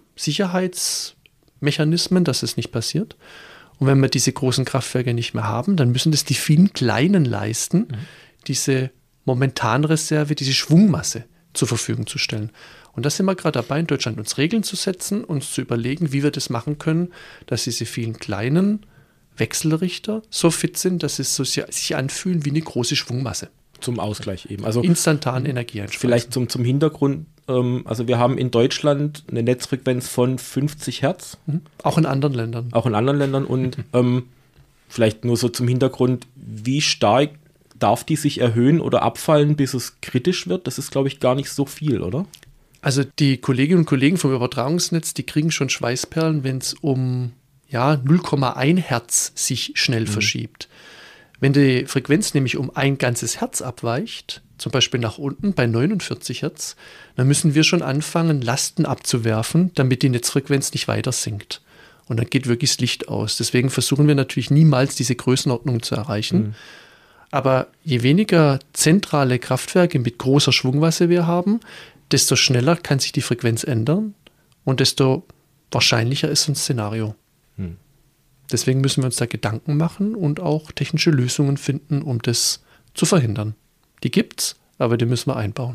Sicherheitsmechanismen, dass es nicht passiert. Und wenn wir diese großen Kraftwerke nicht mehr haben, dann müssen das die vielen kleinen leisten, diese Momentanreserve, diese Schwungmasse zur Verfügung zu stellen. Und da sind wir gerade dabei, in Deutschland uns Regeln zu setzen, uns zu überlegen, wie wir das machen können, dass diese vielen kleinen Wechselrichter so fit sind, dass es so sich anfühlen wie eine große Schwungmasse. Zum Ausgleich eben. Also instantan Energie einspeisen. Vielleicht zum Hintergrund, also wir haben in Deutschland eine Netzfrequenz von 50 Hertz. Auch in anderen Ländern. Auch in anderen Ländern und vielleicht nur so zum Hintergrund, wie stark darf die sich erhöhen oder abfallen, bis es kritisch wird? Das ist, glaube ich, gar nicht so viel, oder? Also die Kolleginnen und Kollegen vom Übertragungsnetz, die kriegen schon Schweißperlen, wenn es um 0,1 Hertz sich schnell verschiebt. Wenn die Frequenz nämlich um ein ganzes Hertz abweicht, zum Beispiel nach unten bei 49 Hertz, dann müssen wir schon anfangen, Lasten abzuwerfen, damit die Netzfrequenz nicht weiter sinkt. Und dann geht wirklich das Licht aus. Deswegen versuchen wir natürlich niemals, diese Größenordnung zu erreichen. Aber je weniger zentrale Kraftwerke mit großer Schwungmasse wir haben, desto schneller kann sich die Frequenz ändern und desto wahrscheinlicher ist so ein Szenario. Deswegen müssen wir uns da Gedanken machen und auch technische Lösungen finden, um das zu verhindern. Die gibt's, aber die müssen wir einbauen.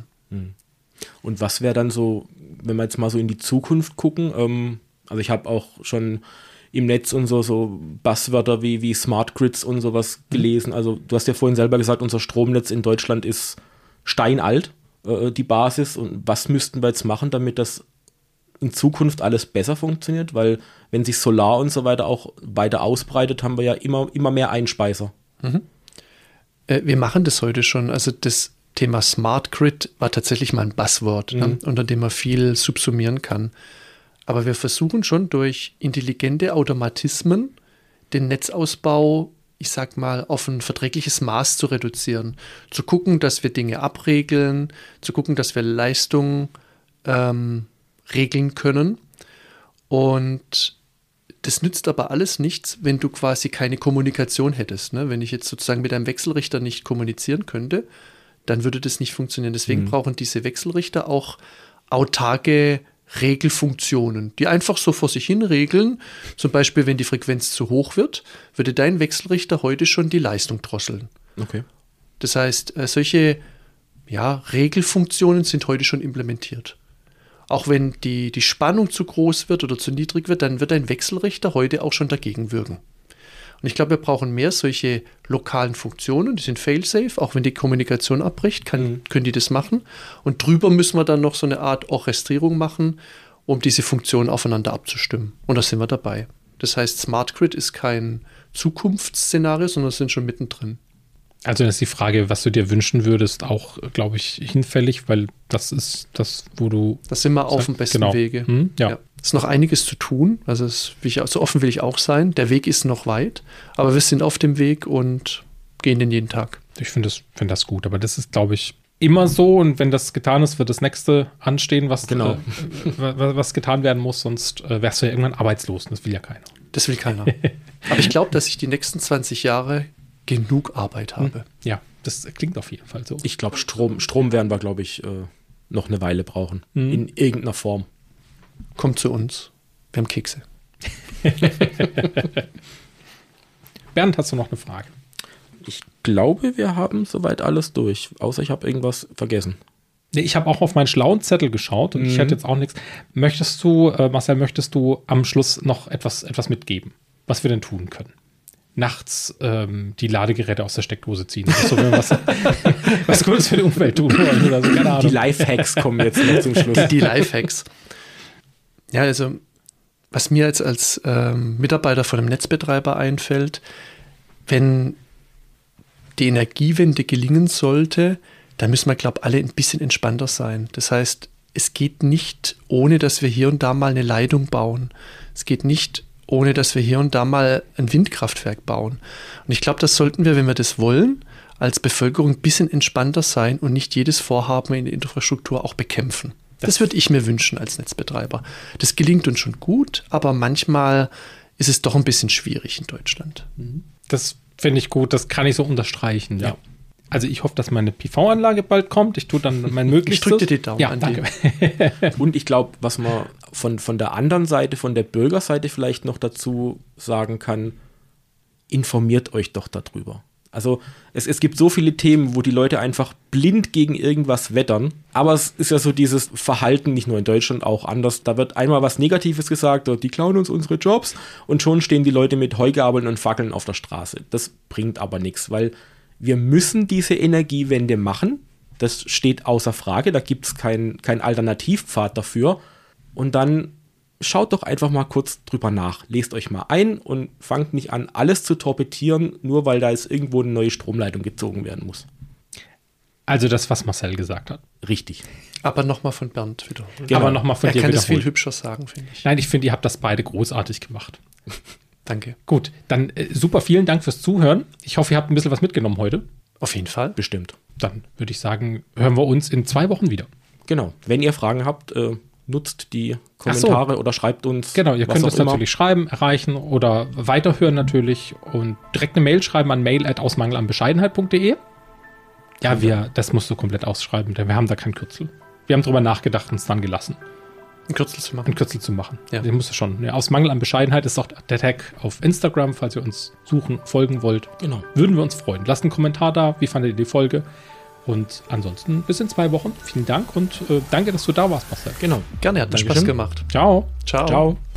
Und was wäre dann so, wenn wir jetzt mal so in die Zukunft gucken, also ich habe auch schon im Netz und so Buzzwörter wie Smart Grids und sowas gelesen. Also du hast ja vorhin selber gesagt, unser Stromnetz in Deutschland ist steinalt, die Basis. Und was müssten wir jetzt machen, damit das in Zukunft alles besser funktioniert? Weil wenn sich Solar und so weiter auch weiter ausbreitet, haben wir ja immer mehr Einspeiser. Wir machen das heute schon. Also das Thema Smart Grid war tatsächlich mal ein Buzzword, unter dem man viel subsumieren kann. Aber wir versuchen schon durch intelligente Automatismen den Netzausbau, ich sag mal, auf ein verträgliches Maß zu reduzieren. Zu gucken, dass wir Dinge abregeln, zu gucken, dass wir Leistung regeln können. Und das nützt aber alles nichts, wenn du quasi keine Kommunikation hättest. Ne? Wenn ich jetzt sozusagen mit einem Wechselrichter nicht kommunizieren könnte, dann würde das nicht funktionieren. Deswegen brauchen diese Wechselrichter auch autarke Regelfunktionen, die einfach so vor sich hin regeln. Zum Beispiel, wenn die Frequenz zu hoch wird, würde dein Wechselrichter heute schon die Leistung drosseln. Okay. Das heißt, solche Regelfunktionen sind heute schon implementiert. Auch wenn die Spannung zu groß wird oder zu niedrig wird, dann wird ein Wechselrichter heute auch schon dagegen wirken. Und ich glaube, wir brauchen mehr solche lokalen Funktionen, die sind fail-safe, auch wenn die Kommunikation abbricht, können die das machen. Und drüber müssen wir dann noch so eine Art Orchestrierung machen, um diese Funktionen aufeinander abzustimmen. Und da sind wir dabei. Das heißt, Smart Grid ist kein Zukunftsszenario, sondern es sind schon mittendrin. Also das ist die Frage, was du dir wünschen würdest, auch, glaube ich, hinfällig, weil das ist das, wo du... Da sind wir auf dem besten Wege. Ja. Es ist noch einiges zu tun, also so offen will ich auch sein. Der Weg ist noch weit, aber wir sind auf dem Weg und gehen den jeden Tag. Ich finde das gut, aber das ist, glaube ich, immer so. Und wenn das getan ist, wird das nächste anstehen, was getan werden muss, sonst wärst du ja irgendwann arbeitslos. Das will ja keiner. Das will keiner. Aber ich glaube, dass ich die nächsten 20 Jahre genug Arbeit habe. Ja, das klingt auf jeden Fall so. Ich glaube, Strom werden wir, glaube ich, noch eine Weile brauchen. In irgendeiner Form. Kommt zu uns. Wir haben Kekse. Bernd, hast du noch eine Frage? Ich glaube, wir haben soweit alles durch. Außer ich habe irgendwas vergessen. Nee, ich habe auch auf meinen schlauen Zettel geschaut und ich hatte jetzt auch nichts. Marcel, möchtest du am Schluss noch etwas mitgeben, was wir denn tun können? Nachts die Ladegeräte aus der Steckdose ziehen. So, wenn wir was Gutes für die Umwelt tun wollen oder so. Keine Ahnung. Die Lifehacks kommen jetzt noch zum Schluss. Die Lifehacks. Ja, also was mir jetzt als Mitarbeiter von einem Netzbetreiber einfällt, wenn die Energiewende gelingen sollte, dann müssen wir, glaube ich, alle ein bisschen entspannter sein. Das heißt, es geht nicht, ohne dass wir hier und da mal eine Leitung bauen. Es geht nicht, ohne dass wir hier und da mal ein Windkraftwerk bauen. Und ich glaube, das sollten wir, wenn wir das wollen, als Bevölkerung ein bisschen entspannter sein und nicht jedes Vorhaben in der Infrastruktur auch bekämpfen. Das würde ich mir wünschen als Netzbetreiber. Das gelingt uns schon gut, aber manchmal ist es doch ein bisschen schwierig in Deutschland. Das finde ich gut, das kann ich so unterstreichen, ja. Also ich hoffe, dass meine PV-Anlage bald kommt. Ich tue dann mein Möglichstes. Ich drücke dir die Daumen an. Danke. Und ich glaube, was man von der anderen Seite, von der Bürgerseite vielleicht noch dazu sagen kann, informiert euch doch darüber. Also es gibt so viele Themen, wo die Leute einfach blind gegen irgendwas wettern. Aber es ist ja so dieses Verhalten, nicht nur in Deutschland, auch anders. Da wird einmal was Negatives gesagt, die klauen uns unsere Jobs und schon stehen die Leute mit Heugabeln und Fackeln auf der Straße. Das bringt aber nichts, weil wir müssen diese Energiewende machen. Das steht außer Frage. Da gibt es kein Alternativpfad dafür. Und dann schaut doch einfach mal kurz drüber nach. Lest euch mal ein und fangt nicht an, alles zu torpedieren, nur weil da jetzt irgendwo eine neue Stromleitung gezogen werden muss. Also das, was Marcel gesagt hat. Richtig. Aber nochmal von Bernd wiederholen. Genau. Aber nochmal von dir wiederholen. Er kann wiederholen. das viel hübscher sagen, finde ich. Nein, ich finde, ihr habt das beide großartig gemacht. Danke. Gut, dann super, vielen Dank fürs Zuhören. Ich hoffe, ihr habt ein bisschen was mitgenommen heute. Auf jeden Fall. Bestimmt. Dann würde ich sagen, hören wir uns in 2 Wochen wieder. Genau. Wenn ihr Fragen habt, nutzt die Kommentare oder schreibt uns. Genau, ihr könnt uns natürlich schreiben, erreichen oder weiterhören natürlich und direkt eine Mail schreiben an mail@ausmangelanbescheidenheit.de. Ja, das musst du komplett ausschreiben, denn wir haben da kein Kürzel. Wir haben drüber nachgedacht und es dann gelassen. Ein Kürzel zu machen. Ja. Den musst du schon. Ja, aus Mangel an Bescheidenheit ist auch der Tag auf Instagram, falls ihr uns suchen, folgen wollt. Genau. Würden wir uns freuen. Lasst einen Kommentar da. Wie fandet ihr die Folge? Und ansonsten bis in 2 Wochen. Vielen Dank und danke, dass du da warst, Marcel. Genau. Gerne, hat mir Spaß gemacht. Ciao. Ciao. Ciao.